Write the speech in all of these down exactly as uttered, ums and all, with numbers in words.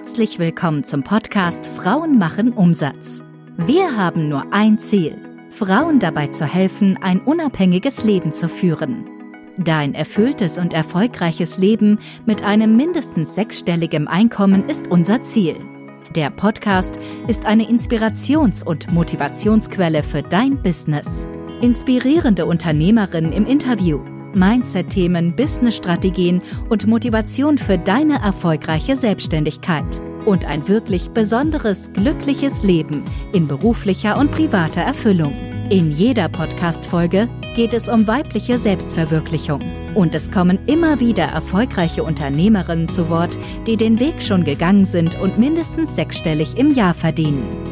Herzlich willkommen zum Podcast Frauen machen Umsatz. Wir haben nur ein Ziel, Frauen dabei zu helfen, ein unabhängiges Leben zu führen. Dein erfülltes und erfolgreiches Leben mit einem mindestens sechsstelligen Einkommen ist unser Ziel. Der Podcast ist eine Inspirations- und Motivationsquelle für dein Business. Inspirierende Unternehmerinnen im Interview, Mindset-Themen, Business-Strategien und Motivation für deine erfolgreiche Selbstständigkeit. Und ein wirklich besonderes, glückliches Leben in beruflicher und privater Erfüllung. In jeder Podcast-Folge geht es um weibliche Selbstverwirklichung. Und es kommen immer wieder erfolgreiche Unternehmerinnen zu Wort, die den Weg schon gegangen sind und mindestens sechsstellig im Jahr verdienen.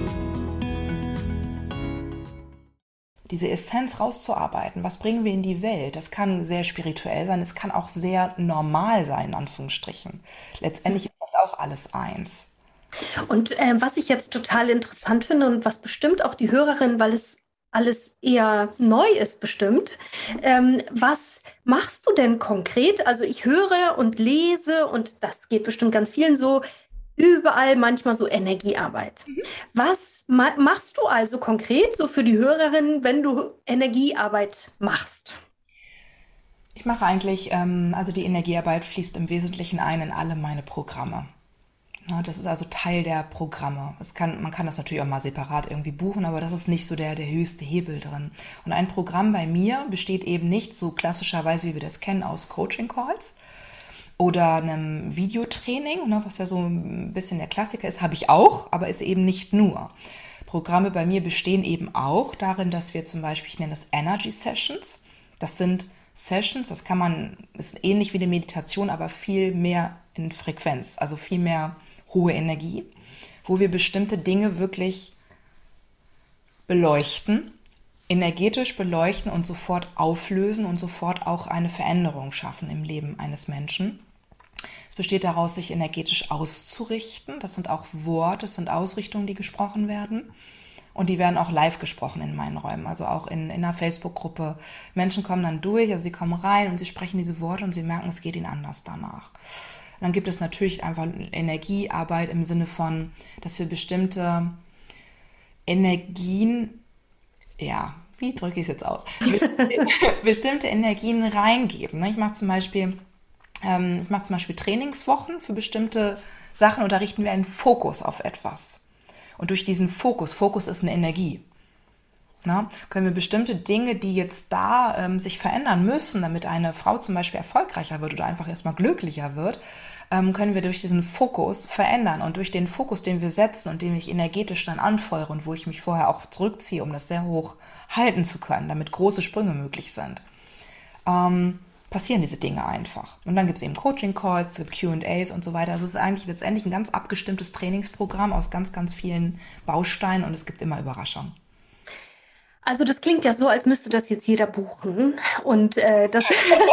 Diese Essenz rauszuarbeiten, was bringen wir in die Welt? Das kann sehr spirituell sein, es kann auch sehr normal sein, in Anführungsstrichen. Letztendlich ist das auch alles eins. Und äh, was ich jetzt total interessant finde und was bestimmt auch die Hörerin, weil es alles eher neu ist bestimmt, ähm, was machst du denn konkret? Also ich höre und lese und das geht bestimmt ganz vielen so, überall manchmal so Energiearbeit. Mhm. Was ma- machst du also konkret so für die Hörerin, wenn du Energiearbeit machst? Ich mache eigentlich, ähm, also die Energiearbeit fließt im Wesentlichen ein in alle meine Programme. Ja, das ist also Teil der Programme. Es kann, man kann das natürlich auch mal separat irgendwie buchen, aber das ist nicht so der, der höchste Hebel drin. Und ein Programm bei mir besteht eben nicht so klassischerweise, wie wir das kennen, aus Coaching-Calls oder einem Videotraining, ne, was ja so ein bisschen der Klassiker ist, habe ich auch, aber ist eben nicht nur. Programme bei mir bestehen eben auch darin, dass wir zum Beispiel, ich nenne das Energy Sessions. Das sind Sessions, das kann man, ist ähnlich wie eine Meditation, aber viel mehr in Frequenz, also viel mehr hohe Energie, wo wir bestimmte Dinge wirklich beleuchten, energetisch beleuchten und sofort auflösen und sofort auch eine Veränderung schaffen im Leben eines Menschen. Es besteht daraus, sich energetisch auszurichten. Das sind auch Worte, das sind Ausrichtungen, die gesprochen werden. Und die werden auch live gesprochen in meinen Räumen, also auch in, in einer Facebook-Gruppe. Menschen kommen dann durch, also sie kommen rein und sie sprechen diese Worte und sie merken, es geht ihnen anders danach. Und dann gibt es natürlich einfach Energiearbeit im Sinne von, dass wir bestimmte Energien, ja, wie drücke ich es jetzt aus? bestimmte Energien reingeben. Ich mache zum Beispiel, ähm, ich mache zum Beispiel Trainingswochen für bestimmte Sachen und da richten wir einen Fokus auf etwas. Und durch diesen Fokus, Fokus ist eine Energie, na, können wir bestimmte Dinge, die jetzt da ähm, sich verändern müssen, damit eine Frau zum Beispiel erfolgreicher wird oder einfach erstmal glücklicher wird, ähm, können wir durch diesen Fokus verändern. Und durch den Fokus, den wir setzen und den ich energetisch dann anfeuere und wo ich mich vorher auch zurückziehe, um das sehr hoch halten zu können, damit große Sprünge möglich sind, ähm, passieren diese Dinge einfach. Und dann gibt es eben Coaching-Calls, es gibt Q and A's und so weiter. Also es ist eigentlich letztendlich ein ganz abgestimmtes Trainingsprogramm aus ganz, ganz vielen Bausteinen und es gibt immer Überraschungen. Also das klingt ja so, als müsste das jetzt jeder buchen und äh, das,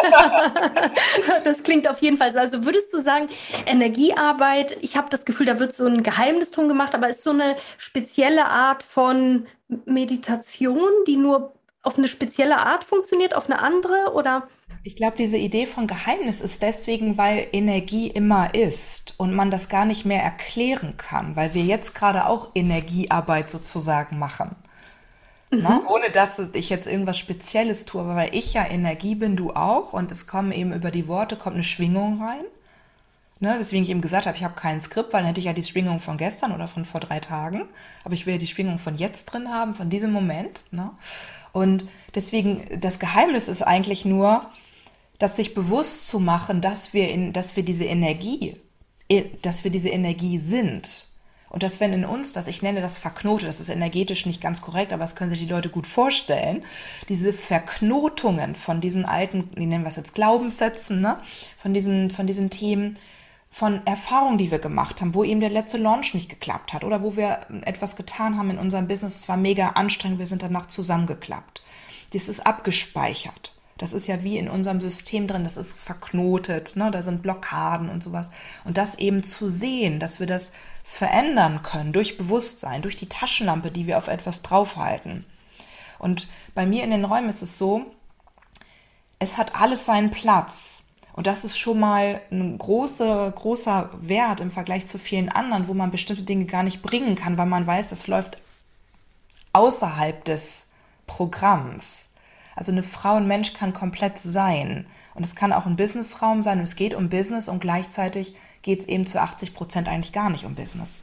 das klingt auf jeden Fall so. Also würdest du sagen, Energiearbeit, ich habe das Gefühl, da wird so ein Geheimnis drum gemacht, aber ist so eine spezielle Art von Meditation, die nur auf eine spezielle Art funktioniert, auf eine andere oder? Ich glaube, diese Idee von Geheimnis ist deswegen, weil Energie immer ist und man das gar nicht mehr erklären kann, weil wir jetzt gerade auch Energiearbeit sozusagen machen. Mhm. Na, ohne dass ich jetzt irgendwas Spezielles tue, aber weil ich ja Energie bin, du auch und es kommen eben über die Worte, kommt eine Schwingung rein. Ne, deswegen ich eben gesagt habe, ich habe kein Skript, weil dann hätte ich ja die Schwingung von gestern oder von vor drei Tagen, aber ich will ja die Schwingung von jetzt drin haben, von diesem Moment. Ne? Und deswegen, das Geheimnis ist eigentlich nur, dass sich bewusst zu machen, dass wir in, dass wir diese Energie, dass wir diese Energie sind. Und dass wenn in uns, das ich nenne das verknotet, das ist energetisch nicht ganz korrekt, aber das können sich die Leute gut vorstellen, diese Verknotungen von diesen alten, die nennen wir es jetzt Glaubenssätzen, ne? von diesen, von diesen Themen, von Erfahrungen, die wir gemacht haben, wo eben der letzte Launch nicht geklappt hat oder wo wir etwas getan haben in unserem Business, es war mega anstrengend, wir sind danach zusammengeklappt. Das ist abgespeichert. Das ist ja wie in unserem System drin, das ist verknotet, ne? Da sind Blockaden und sowas. Und das eben zu sehen, dass wir das verändern können durch Bewusstsein, durch die Taschenlampe, die wir auf etwas draufhalten. Und bei mir in den Räumen ist es so, es hat alles seinen Platz. Und das ist schon mal ein großer, großer Wert im Vergleich zu vielen anderen, wo man bestimmte Dinge gar nicht bringen kann, weil man weiß, das läuft außerhalb des Programms. Also eine Frau, ein Mensch kann komplett sein. Und es kann auch ein Businessraum sein und es geht um Business und gleichzeitig geht es eben zu achtzig Prozent eigentlich gar nicht um Business.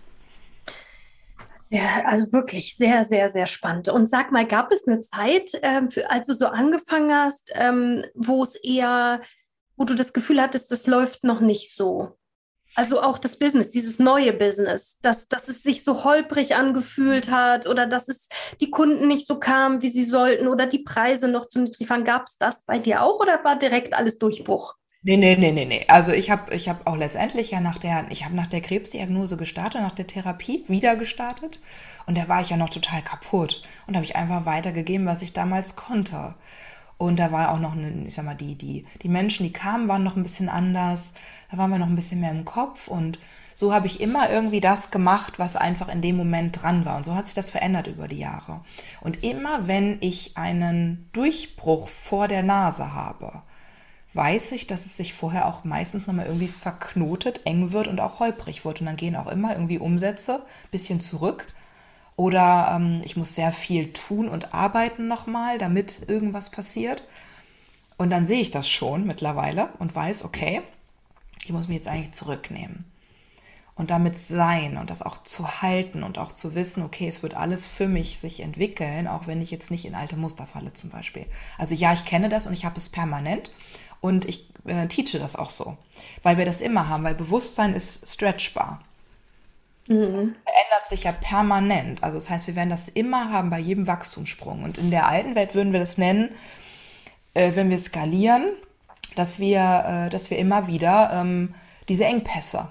Ja, also wirklich sehr, sehr, sehr spannend. Und sag mal, gab es eine Zeit, ähm, für, als du so angefangen hast, ähm, wo es eher, wo du das Gefühl hattest, das läuft noch nicht so? Also auch das Business, dieses neue Business, dass, dass es sich so holprig angefühlt hat oder dass es die Kunden nicht so kamen, wie sie sollten oder die Preise noch zu niedrig waren. Gab es das bei dir auch oder war direkt alles Durchbruch? Nee, nee, nee, nee, nee. Also ich habe ich hab auch letztendlich ja nach der, ich habe nach der Krebsdiagnose gestartet, nach der Therapie wieder gestartet und da war ich ja noch total kaputt und habe ich einfach weitergegeben, was ich damals konnte. Und da war auch noch, eine, ich sag mal, die, die, die Menschen, die kamen, waren noch ein bisschen anders, da waren wir noch ein bisschen mehr im Kopf und so habe ich immer irgendwie das gemacht, was einfach in dem Moment dran war. Und so hat sich das verändert über die Jahre. Und immer wenn ich einen Durchbruch vor der Nase habe, weiß ich, dass es sich vorher auch meistens nochmal irgendwie verknotet, eng wird und auch holprig wird. Und dann gehen auch immer irgendwie Umsätze ein bisschen zurück. Oder ähm, ich muss sehr viel tun und arbeiten nochmal, damit irgendwas passiert. Und dann sehe ich das schon mittlerweile und weiß, okay, ich muss mich jetzt eigentlich zurücknehmen. Und damit sein und das auch zu halten und auch zu wissen, okay, es wird alles für mich sich entwickeln, auch wenn ich jetzt nicht in alte Muster falle zum Beispiel. Also ja, ich kenne das und ich habe es permanent. Und ich äh, teache das auch so, weil wir das immer haben, weil Bewusstsein ist stretchbar. Das heißt, es verändert sich ja permanent. Also das heißt, wir werden das immer haben bei jedem Wachstumssprung. Und in der alten Welt würden wir das nennen, äh, wenn wir skalieren, dass wir, äh, dass wir immer wieder ähm, diese Engpässe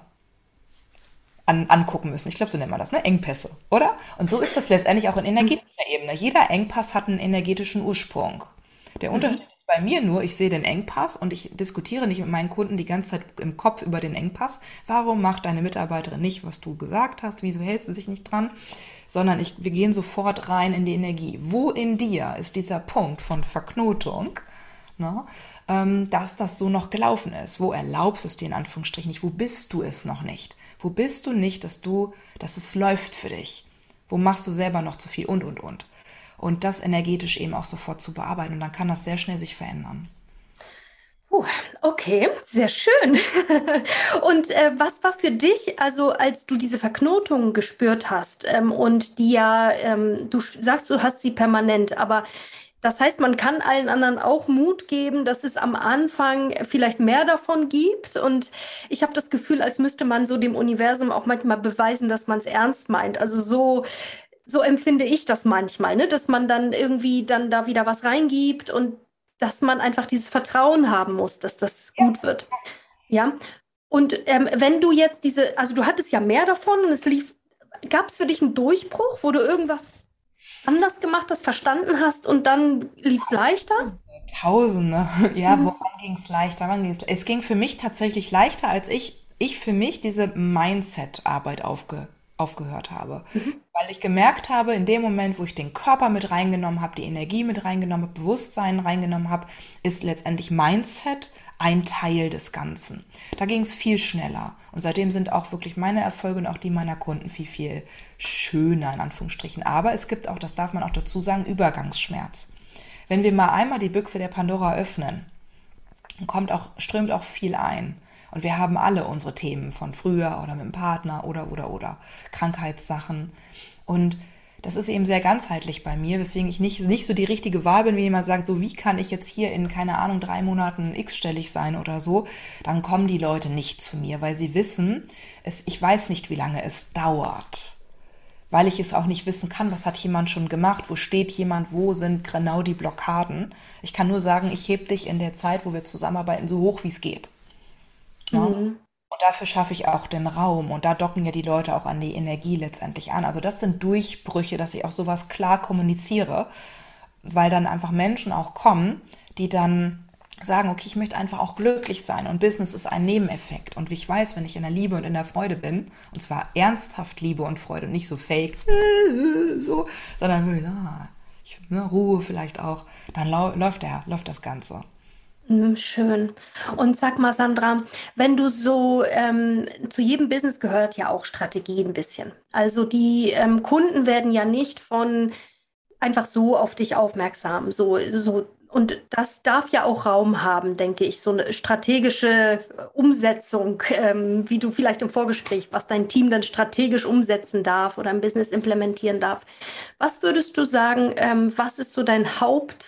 an, angucken müssen. Ich glaube, so nennt man das, ne? Engpässe, oder? Und so ist das letztendlich auch in energetischer Ebene. Jeder Engpass hat einen energetischen Ursprung. Der Unterschied mhm. ist bei mir nur, ich sehe den Engpass und ich diskutiere nicht mit meinen Kunden die ganze Zeit im Kopf über den Engpass. Warum macht deine Mitarbeiterin nicht, was du gesagt hast? Wieso hält sie sich nicht dran? Sondern ich, wir gehen sofort rein in die Energie. Wo in dir ist dieser Punkt von Verknotung, ne, ähm, dass das so noch gelaufen ist? Wo erlaubst du es dir in Anführungsstrichen nicht? Wo bist du es noch nicht? Wo bist du nicht, dass du, dass es läuft für dich? Wo machst du selber noch zu viel und, und, und? Und das energetisch eben auch sofort zu bearbeiten. Und dann kann das sehr schnell sich verändern. Puh, okay, sehr schön. Und äh, was war für dich, also als du diese Verknotungen gespürt hast ähm, und die ja, ähm, du sagst, du hast sie permanent, aber das heißt, man kann allen anderen auch Mut geben, dass es am Anfang vielleicht mehr davon gibt. Und ich habe das Gefühl, als müsste man so dem Universum auch manchmal beweisen, dass man es ernst meint. Also so So empfinde ich das manchmal, ne? Dass man dann irgendwie dann da wieder was reingibt und dass man einfach dieses Vertrauen haben muss, dass das gut wird. Ja. Und ähm, wenn du jetzt diese, also du hattest ja mehr davon und es lief, gab es für dich einen Durchbruch, wo du irgendwas anders gemacht hast, verstanden hast und dann lief es leichter? Tausende. Ja, woran ging es leichter? Wann ging's? Es ging für mich tatsächlich leichter, als ich, ich für mich diese Mindset-Arbeit aufge, aufgehört habe. Mhm. Weil ich gemerkt habe, in dem Moment, wo ich den Körper mit reingenommen habe, die Energie mit reingenommen habe, Bewusstsein reingenommen habe, ist letztendlich Mindset ein Teil des Ganzen. Da ging es viel schneller. Und seitdem sind auch wirklich meine Erfolge und auch die meiner Kunden viel, viel schöner, in Anführungsstrichen. Aber es gibt auch, das darf man auch dazu sagen, Übergangsschmerz. Wenn wir mal einmal die Büchse der Pandora öffnen, kommt auch, strömt auch viel ein. Und wir haben alle unsere Themen von früher oder mit dem Partner oder, oder, oder Krankheitssachen. Und das ist eben sehr ganzheitlich bei mir, weswegen ich nicht, nicht so die richtige Wahl bin, wie jemand sagt, so wie kann ich jetzt hier in, keine Ahnung, drei Monaten x-stellig sein oder so. Dann kommen die Leute nicht zu mir, weil sie wissen, es, ich weiß nicht, wie lange es dauert. Weil ich es auch nicht wissen kann, was hat jemand schon gemacht, wo steht jemand, wo sind genau die Blockaden. Ich kann nur sagen, ich heb dich in der Zeit, wo wir zusammenarbeiten, so hoch, wie es geht. Ja? Mhm. Und dafür schaffe ich auch den Raum. Und da docken ja die Leute auch an die Energie letztendlich an. Also das sind Durchbrüche, dass ich auch sowas klar kommuniziere, weil dann einfach Menschen auch kommen, die dann sagen, okay, ich möchte einfach auch glücklich sein. Und Business ist ein Nebeneffekt. Und wie ich weiß, wenn ich in der Liebe und in der Freude bin, und zwar ernsthaft Liebe und Freude und nicht so fake, so, sondern wirklich, ah, ich, ne, Ruhe vielleicht auch, dann lau- läuft, der, läuft das Ganze. Mm, schön. Und sag mal, Sandra, wenn du so, ähm, zu jedem Business gehört ja auch Strategie ein bisschen. Also die ähm, Kunden werden ja nicht von einfach so auf dich aufmerksam. So, so. Und das darf ja auch Raum haben, denke ich, so eine strategische äh, Umsetzung, ähm, wie du vielleicht im Vorgespräch, was dein Team dann strategisch umsetzen darf oder im Business implementieren darf. Was würdest du sagen, ähm, was ist so dein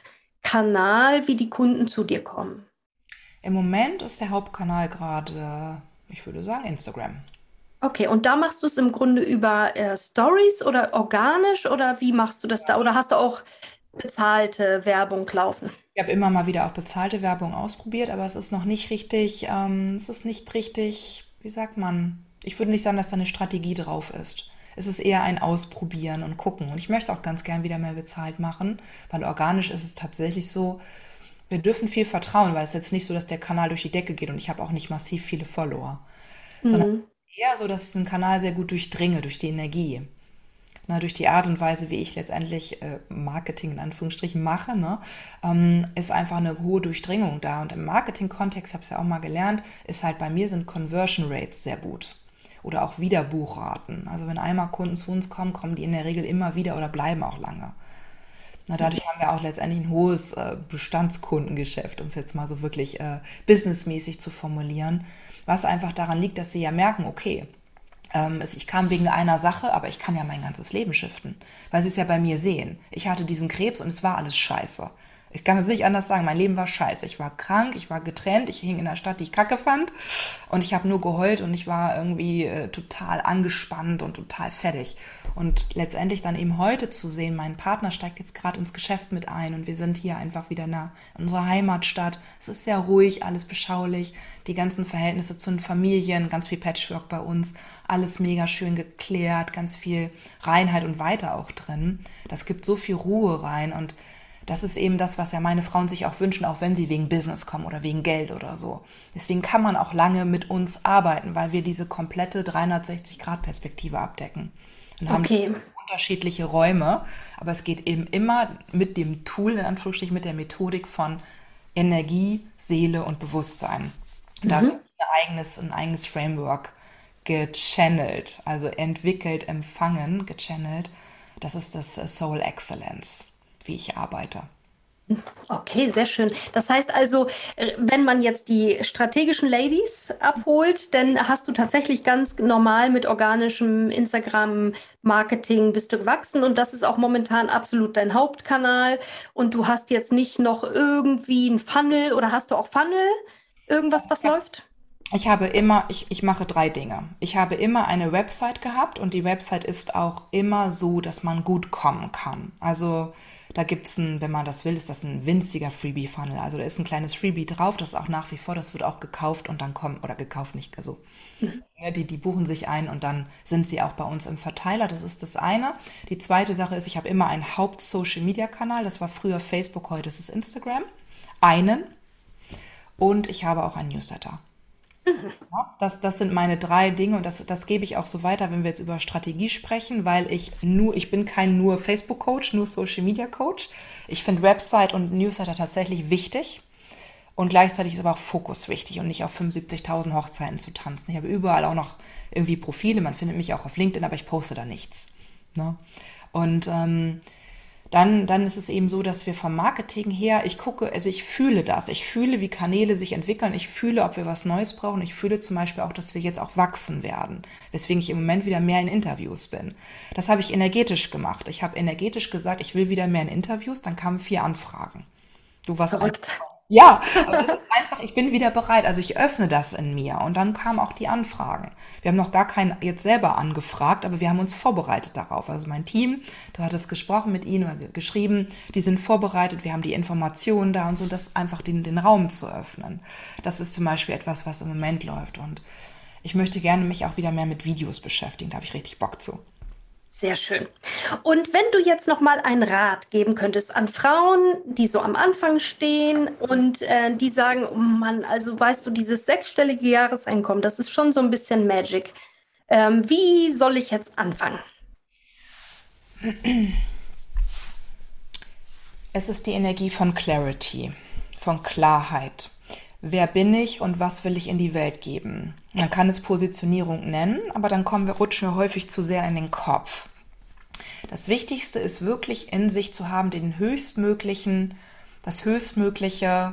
Hauptkanal, wie die Kunden zu dir kommen? Im Moment ist der Hauptkanal gerade, ich würde sagen, Instagram. Okay, und da machst du es im Grunde über äh, Stories oder organisch oder wie machst du das da? Oder hast du auch bezahlte Werbung laufen? Ich habe immer mal wieder auch bezahlte Werbung ausprobiert, aber es ist noch nicht richtig, ähm, es ist nicht richtig, wie sagt man? Ich würde nicht sagen, dass da eine Strategie drauf ist. Es ist eher ein Ausprobieren und gucken. Und ich möchte auch ganz gern wieder mehr bezahlt machen, weil organisch ist es tatsächlich so, wir dürfen viel vertrauen, weil es ist jetzt nicht so, dass der Kanal durch die Decke geht und ich habe auch nicht massiv viele Follower, sondern Mhm. eher so, dass ich den Kanal sehr gut durchdringe durch die Energie. Na, durch die Art und Weise, wie ich letztendlich äh, Marketing in Anführungsstrichen mache, ne, ähm, ist einfach eine hohe Durchdringung da. Und im Marketing-Kontext, ich habe es ja auch mal gelernt, ist halt bei mir sind Conversion Rates sehr gut. Oder auch Wiederbuchraten. Also wenn einmal Kunden zu uns kommen, kommen die in der Regel immer wieder oder bleiben auch lange. Na, dadurch haben wir auch letztendlich ein hohes äh, Bestandskundengeschäft, um es jetzt mal so wirklich äh, businessmäßig zu formulieren. Was einfach daran liegt, dass sie ja merken, okay, ähm, ich kam wegen einer Sache, aber ich kann ja mein ganzes Leben shiften, weil sie es ja bei mir sehen. Ich hatte diesen Krebs und es war alles scheiße. Ich kann es nicht anders sagen, mein Leben war scheiße. Ich war krank, ich war getrennt, ich hing in einer Stadt, die ich kacke fand und ich habe nur geheult und ich war irgendwie äh, total angespannt und total fertig. Und letztendlich dann eben heute zu sehen, mein Partner steigt jetzt gerade ins Geschäft mit ein und wir sind hier einfach wieder nah in unserer Heimatstadt. Es ist sehr ruhig, alles beschaulich, die ganzen Verhältnisse zu den Familien, ganz viel Patchwork bei uns, alles mega schön geklärt, ganz viel Reinheit und Weite auch drin. Das gibt so viel Ruhe rein und das ist eben das, was ja meine Frauen sich auch wünschen, auch wenn sie wegen Business kommen oder wegen Geld oder so. Deswegen kann man auch lange mit uns arbeiten, weil wir diese komplette dreihundertsechzig-Grad-Perspektive abdecken. Und haben Okay. unterschiedliche Räume, aber es geht eben immer mit dem Tool, in Anführungsstrichen, mit der Methodik von Energie, Seele und Bewusstsein. Und dafür habe Mhm. ich ein eigenes, ein eigenes Framework gechannelt, also entwickelt, empfangen, gechannelt. Das ist das Soul Excellence, wie ich arbeite. Okay, sehr schön. Das heißt also, äh, wenn man jetzt die strategischen Ladies abholt, dann hast du tatsächlich ganz normal mit organischem Instagram-Marketing bist du gewachsen und das ist auch momentan absolut dein Hauptkanal und du hast jetzt nicht noch irgendwie ein Funnel oder hast du auch Funnel? Irgendwas, was läuft? Ich habe immer, ich, ich mache drei Dinge. Ich habe immer eine Website gehabt und die Website ist auch immer so, dass man gut kommen kann. Also da gibt's ein, wenn man das will, ist das ein winziger Freebie-Funnel. Also da ist ein kleines Freebie drauf, das ist auch nach wie vor, das wird auch gekauft und dann kommen, oder gekauft nicht, also ja, die, die buchen sich ein und dann sind sie auch bei uns im Verteiler. Das ist das eine. Die zweite Sache ist, ich habe immer einen Haupt-Social-Media-Kanal. Das war früher Facebook, heute ist es Instagram. Einen. Und ich habe auch einen Newsletter. Ja, das, das sind meine drei Dinge und das, das gebe ich auch so weiter, wenn wir jetzt über Strategie sprechen, weil ich nur, ich bin kein nur Facebook-Coach, nur Social-Media-Coach. Ich finde Website und Newsletter tatsächlich wichtig und gleichzeitig ist aber auch Fokus wichtig und nicht auf fünfundsiebzigtausend Hochzeiten zu tanzen. Ich habe überall auch noch irgendwie Profile, man findet mich auch auf LinkedIn, aber ich poste da nichts. Ne? Und ähm, dann, dann ist es eben so, dass wir vom Marketing her, ich gucke, also ich fühle das. Ich fühle, wie Kanäle sich entwickeln. Ich fühle, ob wir was Neues brauchen. Ich fühle zum Beispiel auch, dass wir jetzt auch wachsen werden. Weswegen ich im Moment wieder mehr in Interviews bin. Das habe ich energetisch gemacht. Ich habe energetisch gesagt, ich will wieder mehr in Interviews. Dann kamen vier Anfragen. Du warst ein Verrückt. ja, aber das ist einfach, ich bin wieder bereit. Also ich öffne das in mir. Und dann kamen auch die Anfragen. Wir haben noch gar keinen jetzt selber angefragt, aber wir haben uns vorbereitet darauf. Also mein Team, du hattest gesprochen mit ihnen oder ge- geschrieben, die sind vorbereitet, wir haben die Informationen da und so, das einfach den, den Raum zu öffnen. Das ist zum Beispiel etwas, was im Moment läuft. Und ich möchte gerne mich auch wieder mehr mit Videos beschäftigen. Da habe ich richtig Bock zu. Sehr schön. Und wenn du jetzt noch mal einen Rat geben könntest an Frauen, die so am Anfang stehen und äh, die sagen, oh Mann, also weißt du, dieses sechsstellige Jahreseinkommen, das ist schon so ein bisschen Magic. Ähm, wie soll ich jetzt anfangen? Es ist die Energie von Clarity. von Klarheit. Wer bin ich und was will ich in die Welt geben? Man kann es Positionierung nennen, aber dann kommen wir, rutschen wir häufig zu sehr in den Kopf. Das Wichtigste ist wirklich in sich zu haben, den höchstmöglichen, das höchstmögliche,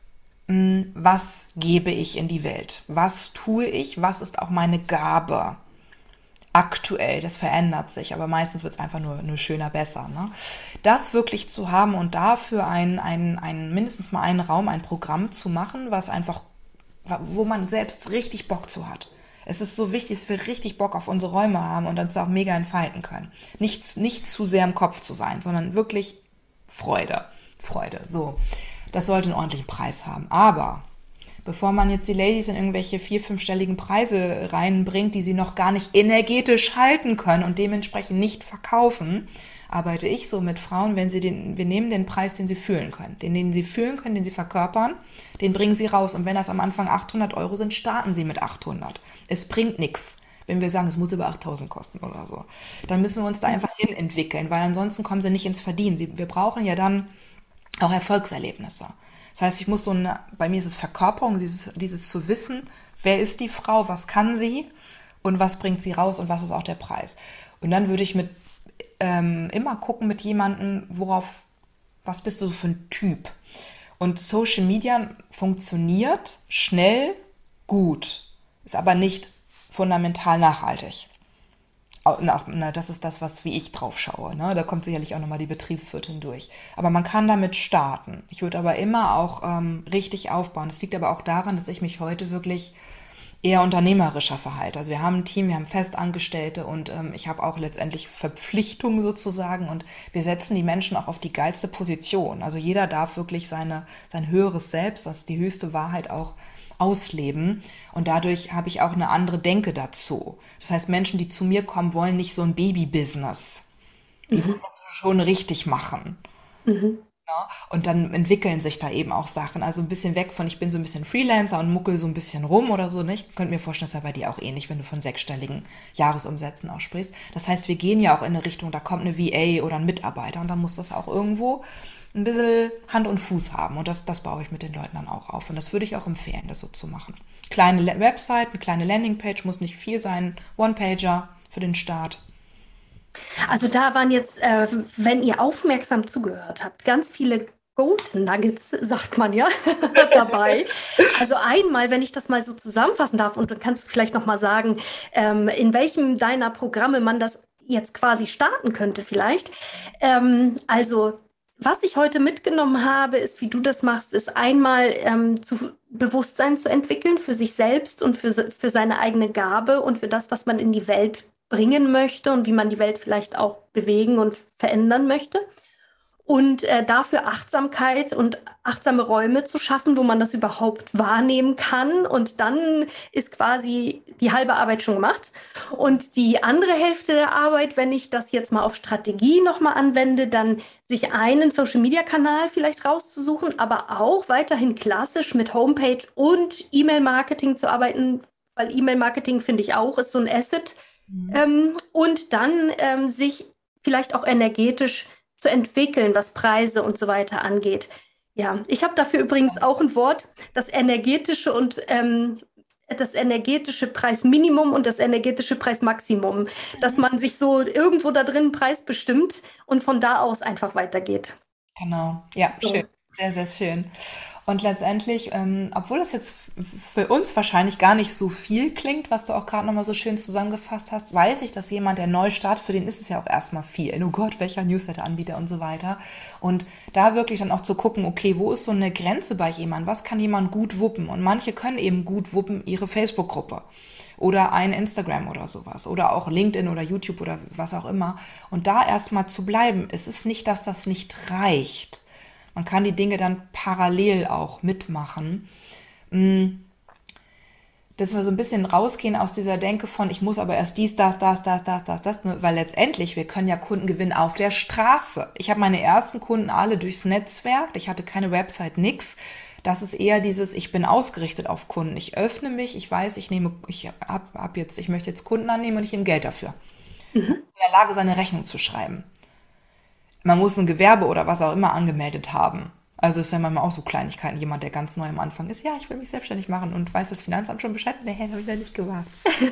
was gebe ich in die Welt? Was tue ich? Was ist auch meine Gabe? Aktuell, das verändert sich, aber meistens wird es einfach nur, nur schöner, besser. Ne? Das wirklich zu haben und dafür ein, ein, ein, mindestens mal einen Raum, ein Programm zu machen, was einfach, wo man selbst richtig Bock zu hat. Es ist so wichtig, dass wir richtig Bock auf unsere Räume haben und uns auch mega entfalten können. Nicht, nicht zu sehr im Kopf zu sein, sondern wirklich Freude. Freude, so. Das sollte einen ordentlichen Preis haben. Aber bevor man jetzt die Ladies in irgendwelche vier-, fünfstelligen Preise reinbringt, die sie noch gar nicht energetisch halten können und dementsprechend nicht verkaufen, arbeite ich so mit Frauen, wenn sie den, wir nehmen den Preis, den sie fühlen können. Den, den sie fühlen können, den sie verkörpern, den bringen sie raus. Und wenn das am Anfang achthundert Euro sind, starten sie mit achthundert. Es bringt nichts, wenn wir sagen, es muss über achttausend kosten oder so. Dann müssen wir uns da einfach hin entwickeln, weil ansonsten kommen sie nicht ins Verdienen. Sie, wir brauchen ja dann auch Erfolgserlebnisse. Das heißt, ich muss so eine, bei mir ist es Verkörperung, dieses, dieses zu wissen, wer ist die Frau, was kann sie und was bringt sie raus und was ist auch der Preis. Und dann würde ich mit ähm, immer gucken mit jemandem, worauf, was bist du so für ein Typ? Und Social Media funktioniert schnell, gut, ist aber nicht fundamental nachhaltig. Das ist das, was wie ich drauf schaue. Ne? Da kommt sicherlich auch nochmal die Betriebswirtin durch. Aber man kann damit starten. Ich würde aber immer auch ähm, richtig aufbauen. Das liegt aber auch daran, dass ich mich heute wirklich eher unternehmerischer verhalte. Also wir haben ein Team, wir haben Festangestellte und ähm, ich habe auch letztendlich Verpflichtungen sozusagen und wir setzen die Menschen auch auf die geilste Position. Also jeder darf wirklich seine, sein höheres Selbst, das ist die höchste Wahrheit auch, ausleben und dadurch habe ich auch eine andere Denke dazu. Das heißt, Menschen, die zu mir kommen, wollen nicht so ein Baby-Business. Die mhm. wollen das schon richtig machen. Mhm. Ja, und dann entwickeln sich da eben auch Sachen. Also ein bisschen weg von, ich bin so ein bisschen Freelancer und muckel so ein bisschen rum oder so. Ne? Ich könnte mir vorstellen, das ist ja bei dir auch ähnlich, wenn du von sechsstelligen Jahresumsätzen auch sprichst. Das heißt, wir gehen ja auch in eine Richtung, da kommt eine V A oder ein Mitarbeiter und dann muss das auch irgendwo ein bisschen Hand und Fuß haben. Und das, das baue ich mit den Leuten dann auch auf. Und das würde ich auch empfehlen, das so zu machen. Kleine Website, eine kleine Landingpage, muss nicht viel sein. One-Pager für den Start. Also da waren jetzt, äh, wenn ihr aufmerksam zugehört habt, ganz viele Gold Nuggets, sagt man ja, dabei. Also einmal, wenn ich das mal so zusammenfassen darf, und du kannst vielleicht noch mal sagen, ähm, in welchem deiner Programme man das jetzt quasi starten könnte vielleicht. Ähm, also was ich heute mitgenommen habe, ist, wie du das machst, ist einmal ähm, zu Bewusstsein zu entwickeln für sich selbst und für, für seine eigene Gabe und für das, was man in die Welt bringen möchte und wie man die Welt vielleicht auch bewegen und verändern möchte. Und äh, dafür Achtsamkeit und achtsame Räume zu schaffen, wo man das überhaupt wahrnehmen kann. Und dann ist quasi die halbe Arbeit schon gemacht. Und die andere Hälfte der Arbeit, wenn ich das jetzt mal auf Strategie nochmal anwende, dann sich einen Social-Media-Kanal vielleicht rauszusuchen, aber auch weiterhin klassisch mit Homepage und E-Mail-Marketing zu arbeiten, weil E-Mail-Marketing, finde ich auch, ist so ein Asset. Mhm. Ähm, und dann ähm, sich vielleicht auch energetisch zu entwickeln, was Preise und so weiter angeht. Ja, ich habe dafür übrigens auch ein Wort, das energetische und ähm, das energetische Preisminimum und das energetische Preismaximum, dass man sich so irgendwo da drin einen Preis bestimmt und von da aus einfach weitergeht. Genau, ja, so. Schön, sehr, sehr schön. Und letztendlich, ähm, obwohl das jetzt für uns wahrscheinlich gar nicht so viel klingt, was du auch gerade nochmal so schön zusammengefasst hast, weiß ich, dass jemand, der neu startet, für den ist es ja auch erstmal viel. Oh Gott, welcher Newsletter-Anbieter und so weiter. Und da wirklich dann auch zu gucken, okay, wo ist so eine Grenze bei jemandem? Was kann jemand gut wuppen? Und manche können eben gut wuppen ihre Facebook-Gruppe oder ein Instagram oder sowas oder auch LinkedIn oder YouTube oder was auch immer. Und da erstmal zu bleiben, es ist nicht, dass das nicht reicht. Man kann die Dinge dann parallel auch mitmachen. Dass wir so ein bisschen rausgehen aus dieser Denke von, ich muss aber erst dies, das, das, das, das, das, das, weil letztendlich, wir können ja Kunden gewinnen auf der Straße. Ich habe meine ersten Kunden alle durchs Netzwerk, ich hatte keine Website, nix. Das ist eher dieses, ich bin ausgerichtet auf Kunden. Ich öffne mich, ich weiß, ich nehme, ich hab, hab jetzt, ich möchte jetzt Kunden annehmen und ich nehme Geld dafür. Mhm. In der Lage, seine Rechnung zu schreiben. Man muss ein Gewerbe oder was auch immer angemeldet haben. Also ist ja manchmal auch so Kleinigkeiten. Jemand, der ganz neu am Anfang ist, ja, ich will mich selbstständig machen und weiß das Finanzamt schon Bescheid? Nee, habe ich ja nicht gewagt.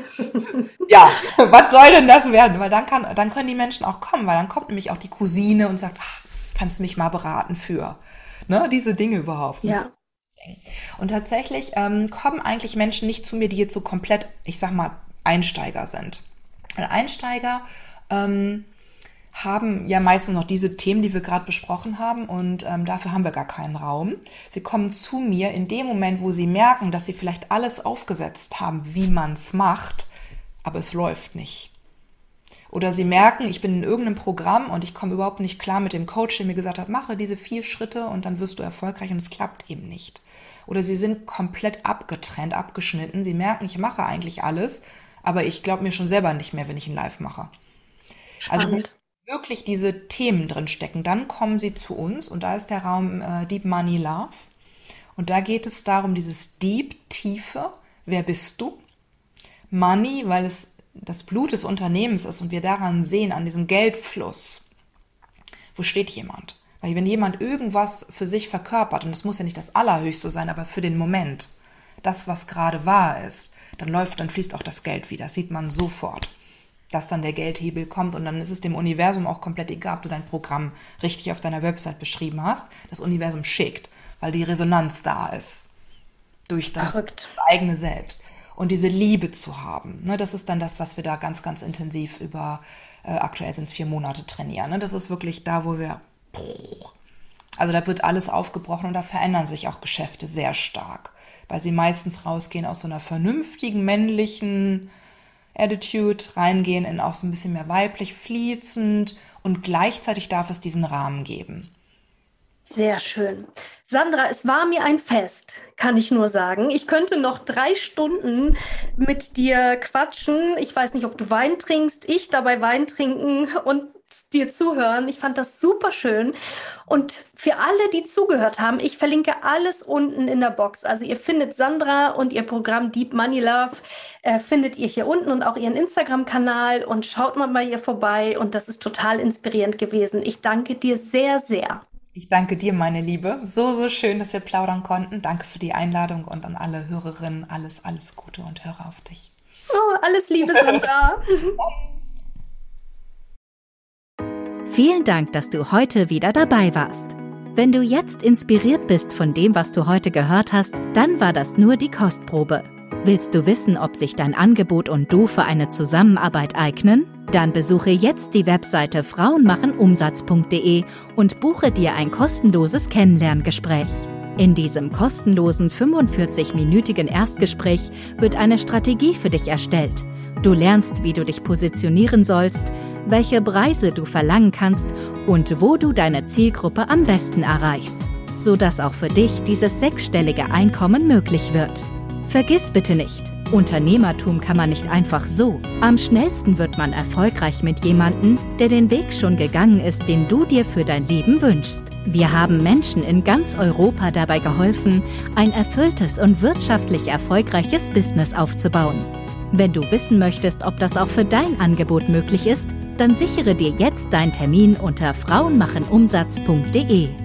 Ja, was soll denn das werden? Weil dann, kann, dann können die Menschen auch kommen, weil dann kommt nämlich auch die Cousine und sagt, ach, kannst du mich mal beraten für, ne, diese Dinge überhaupt. Ja. Und tatsächlich ähm, kommen eigentlich Menschen nicht zu mir, die jetzt so komplett, ich sag mal, Einsteiger sind. Weil Einsteiger ähm, haben ja meistens noch diese Themen, die wir gerade besprochen haben, und ähm, dafür haben wir gar keinen Raum. Sie kommen zu mir in dem Moment, wo sie merken, dass sie vielleicht alles aufgesetzt haben, wie man es macht, aber es läuft nicht. Oder sie merken, ich bin in irgendeinem Programm und ich komme überhaupt nicht klar mit dem Coach, der mir gesagt hat, mache diese vier Schritte und dann wirst du erfolgreich, und es klappt eben nicht. Oder sie sind komplett abgetrennt, abgeschnitten. Sie merken, ich mache eigentlich alles, aber ich glaube mir schon selber nicht mehr, wenn ich ein Live mache. Spannend. Also wirklich diese Themen drin stecken. Dann kommen sie zu uns und da ist der Raum äh, Deep Money Love. Und da geht es darum, dieses Deep, Tiefe, wer bist du? Money, weil es das Blut des Unternehmens ist und wir daran sehen, an diesem Geldfluss, wo steht jemand? Weil wenn jemand irgendwas für sich verkörpert, und das muss ja nicht das Allerhöchste sein, aber für den Moment, das, was gerade wahr ist, dann läuft, dann fließt auch das Geld wieder. Das sieht man sofort, dass dann der Geldhebel kommt, und dann ist es dem Universum auch komplett egal, ob du dein Programm richtig auf deiner Website beschrieben hast. Das Universum schickt, weil die Resonanz da ist durch das Verrückt. eigene Selbst. Und diese Liebe zu haben, ne, das ist dann das, was wir da ganz, ganz intensiv über, äh, aktuell sind es vier Monate trainieren. Ne? Das ist wirklich da, wo wir, also da wird alles aufgebrochen und da verändern sich auch Geschäfte sehr stark, weil sie meistens rausgehen aus so einer vernünftigen, männlichen Attitude, reingehen in auch so ein bisschen mehr weiblich, fließend, und gleichzeitig darf es diesen Rahmen geben. Sehr schön. Sandra, es war mir ein Fest, kann ich nur sagen. Ich könnte noch drei Stunden mit dir quatschen. Ich weiß nicht, ob du Wein trinkst, ich dabei Wein trinken und dir zuhören. Ich fand das super schön. Und für alle, die zugehört haben, ich verlinke alles unten in der Box. Also ihr findet Sandra und ihr Programm Deep Money Love, äh, findet ihr hier unten, und auch ihren Instagram-Kanal, und schaut mal bei ihr vorbei. Und das ist total inspirierend gewesen. Ich danke dir sehr, sehr. Ich danke dir, meine Liebe. So, so schön, dass wir plaudern konnten. Danke für die Einladung, und an alle Hörerinnen alles, alles Gute und höre auf dich. Oh, alles Liebe, Sandra. Vielen Dank, dass du heute wieder dabei warst. Wenn du jetzt inspiriert bist von dem, was du heute gehört hast, dann war das nur die Kostprobe. Willst du wissen, ob sich dein Angebot und du für eine Zusammenarbeit eignen? Dann besuche jetzt die Webseite frauenmachenumsatz punkt de und buche dir ein kostenloses Kennenlerngespräch. In diesem kostenlosen fünfundvierzig-minütigen Erstgespräch wird eine Strategie für dich erstellt. Du lernst, wie du dich positionieren sollst, welche Preise du verlangen kannst und wo du deine Zielgruppe am besten erreichst, sodass auch für dich dieses sechsstellige Einkommen möglich wird. Vergiss bitte nicht, Unternehmertum kann man nicht einfach so. Am schnellsten wird man erfolgreich mit jemandem, der den Weg schon gegangen ist, den du dir für dein Leben wünschst. Wir haben Menschen in ganz Europa dabei geholfen, ein erfülltes und wirtschaftlich erfolgreiches Business aufzubauen. Wenn du wissen möchtest, ob das auch für dein Angebot möglich ist, dann sichere dir jetzt deinen Termin unter frauenmachenumsatz punkt de.